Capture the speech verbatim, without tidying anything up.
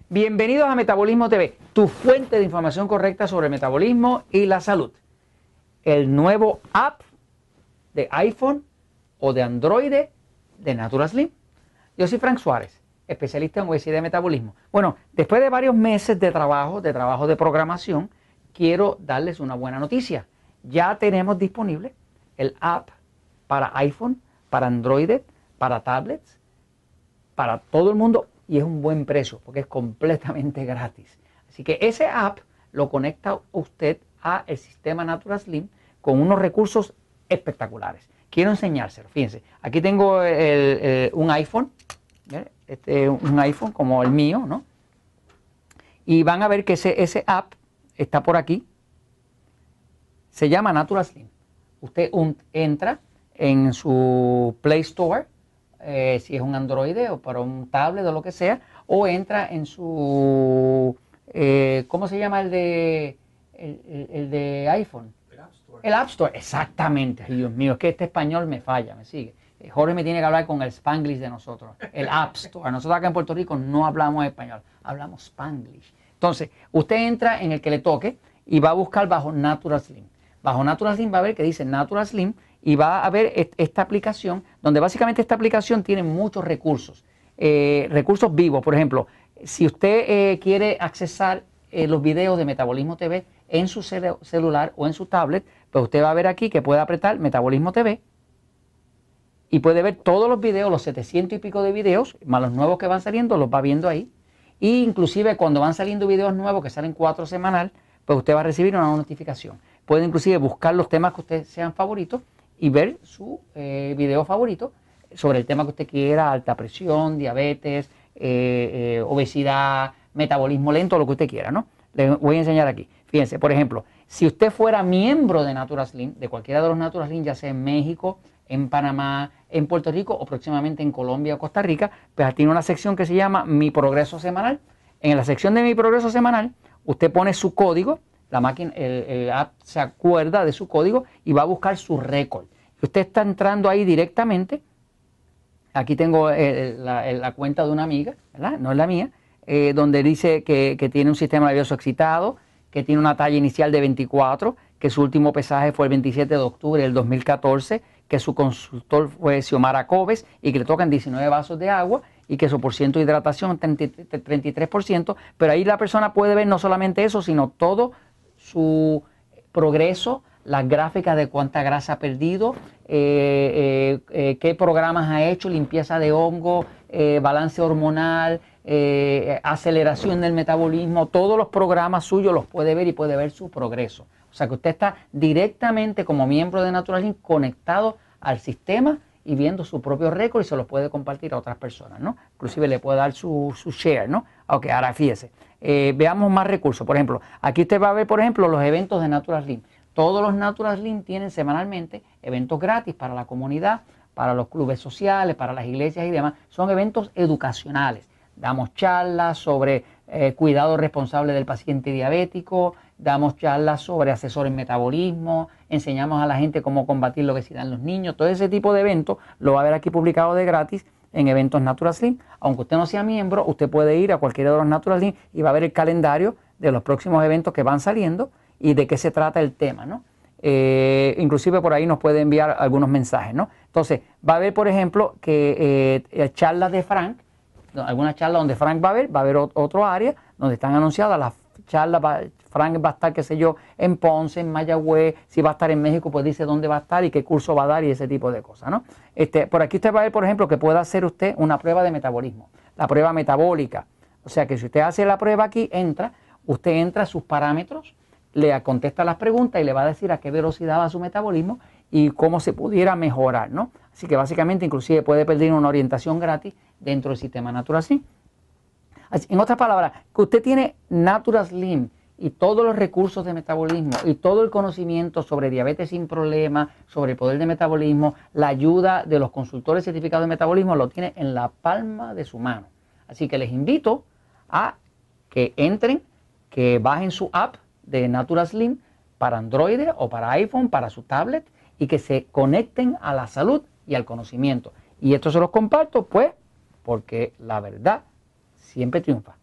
Bienvenidos a Metabolismo T V, tu fuente de información correcta sobre el metabolismo y la salud. El nuevo app de iPhone o de Android de Natural Slim. Yo soy Frank Suárez, especialista en obesidad y metabolismo. Bueno, después de varios meses de trabajo, de trabajo de programación, quiero darles una buena noticia. Ya tenemos disponible el app para iPhone, para Android, para tablets, para todo el mundo, y es un buen precio porque es completamente gratis. Así que ese app lo conecta usted a el sistema Natural Slim con unos recursos espectaculares. Quiero enseñárselo. Fíjense, aquí tengo el, el, un iPhone, ¿eh? este, un iPhone como el mío, ¿no? Y van a ver que ese, ese app está por aquí. Se llama Natural Slim. Usted un, entra en su Play Store, eh, si es un Android o para un tablet o lo que sea, o entra en su, eh, ¿cómo se llama el de, el, el, el de iPhone? El App Store. El App Store, exactamente. Ay, Dios mío, es que este español me falla, me sigue. Jorge me tiene que hablar con el Spanglish de nosotros, el App Store. Nosotros acá en Puerto Rico no hablamos español, hablamos Spanglish. Entonces, usted entra en el que le toque y va a buscar bajo Natural Slim. Bajo Natural Slim va a ver que dice Natural Slim y va a ver esta aplicación, donde básicamente esta aplicación tiene muchos recursos. Eh, recursos vivos, por ejemplo, si usted eh, quiere accesar eh, los videos de Metabolismo T V en su cel celular o en su tablet, pues usted va a ver aquí que puede apretar Metabolismo T V y puede ver todos los videos, los setecientos y pico de videos, más los nuevos que van saliendo, los va viendo ahí. E inclusive cuando van saliendo videos nuevos que salen cuatro semanal, pues usted va a recibir una notificación. Puede inclusive buscar los temas que usted sean favoritos y ver su eh, video favorito sobre el tema que usted quiera, alta presión, diabetes, eh, eh, obesidad, metabolismo lento, lo que usted quiera, ¿no? Le voy a enseñar aquí. Fíjense, por ejemplo, si usted fuera miembro de Natural Slim, de cualquiera de los Natural Slim, ya sea en México, en Panamá, en Puerto Rico o próximamente en Colombia o Costa Rica, pues tiene una sección que se llama Mi Progreso Semanal. En la sección de Mi Progreso Semanal, usted pone su código, la máquina, el, el app se acuerda de su código y va a buscar su récord. Usted está entrando ahí directamente. Aquí tengo el, la, la cuenta de una amiga, ¿verdad? No es la mía, eh, donde dice que, que tiene un sistema nervioso excitado, que tiene una talla inicial de veinticuatro, que su último pesaje fue el veintisiete de octubre del dos mil catorce, que su consultor fue Xiomara Cobes y que le tocan diecinueve vasos de agua y que su porcentaje de hidratación es treinta y tres por ciento, pero ahí la persona puede ver no solamente eso, sino todo su progreso, las gráficas de cuánta grasa ha perdido, eh, eh, eh, qué programas ha hecho, limpieza de hongo, eh, balance hormonal, eh, aceleración del metabolismo, todos los programas suyos los puede ver y puede ver su progreso. O sea que usted está directamente como miembro de Natural Slim conectado al sistema y viendo su propio récord y se los puede compartir a otras personas, ¿no? Inclusive le puede dar su, su share, ¿no? Ok, ahora fíjese, eh, veamos más recursos. Por ejemplo, aquí usted va a ver, por ejemplo, los eventos de Natural Slim. Todos los Natural Slim tienen semanalmente eventos gratis para la comunidad, para los clubes sociales, para las iglesias y demás. Son eventos educacionales. Damos charlas sobre eh, cuidado responsable del paciente diabético, damos charlas sobre asesor en metabolismo, enseñamos a la gente cómo combatir la obesidad en los niños. Todo ese tipo de eventos lo va a ver aquí publicado de gratis en eventos Natural Slim. Aunque usted no sea miembro, usted puede ir a cualquiera de los Natural Slim y va a ver el calendario de los próximos eventos que van saliendo y de qué se trata el tema, ¿no? Eh, inclusive por ahí nos puede enviar algunos mensajes, ¿no? Entonces, va a haber, por ejemplo, que eh, charlas de Frank, alguna charla donde Frank va a ver, va a haber otro área donde están anunciadas las charlas. Va, Frank va a estar, qué sé yo, en Ponce, en Mayagüez, si va a estar en México, pues dice dónde va a estar y qué curso va a dar y ese tipo de cosas, ¿no? Este, por aquí usted va a ver, por ejemplo, que puede hacer usted una prueba de metabolismo, la prueba metabólica. O sea que si usted hace la prueba aquí, entra, usted entra a sus parámetros, le contesta las preguntas y le va a decir a qué velocidad va su metabolismo y cómo se pudiera mejorar, ¿no? Así que básicamente inclusive puede pedir una orientación gratis dentro del sistema Natural Slim. Así, en otras palabras, que usted tiene Natural Slim y todos los recursos de metabolismo y todo el conocimiento sobre diabetes sin problema, sobre el poder de metabolismo, la ayuda de los consultores certificados de metabolismo, lo tiene en la palma de su mano. Así que les invito a que entren, que bajen su app de Natural Slim para Android o para iPhone, para su tablet y que se conecten a la salud y al conocimiento. Y esto se los comparto pues porque la verdad siempre triunfa.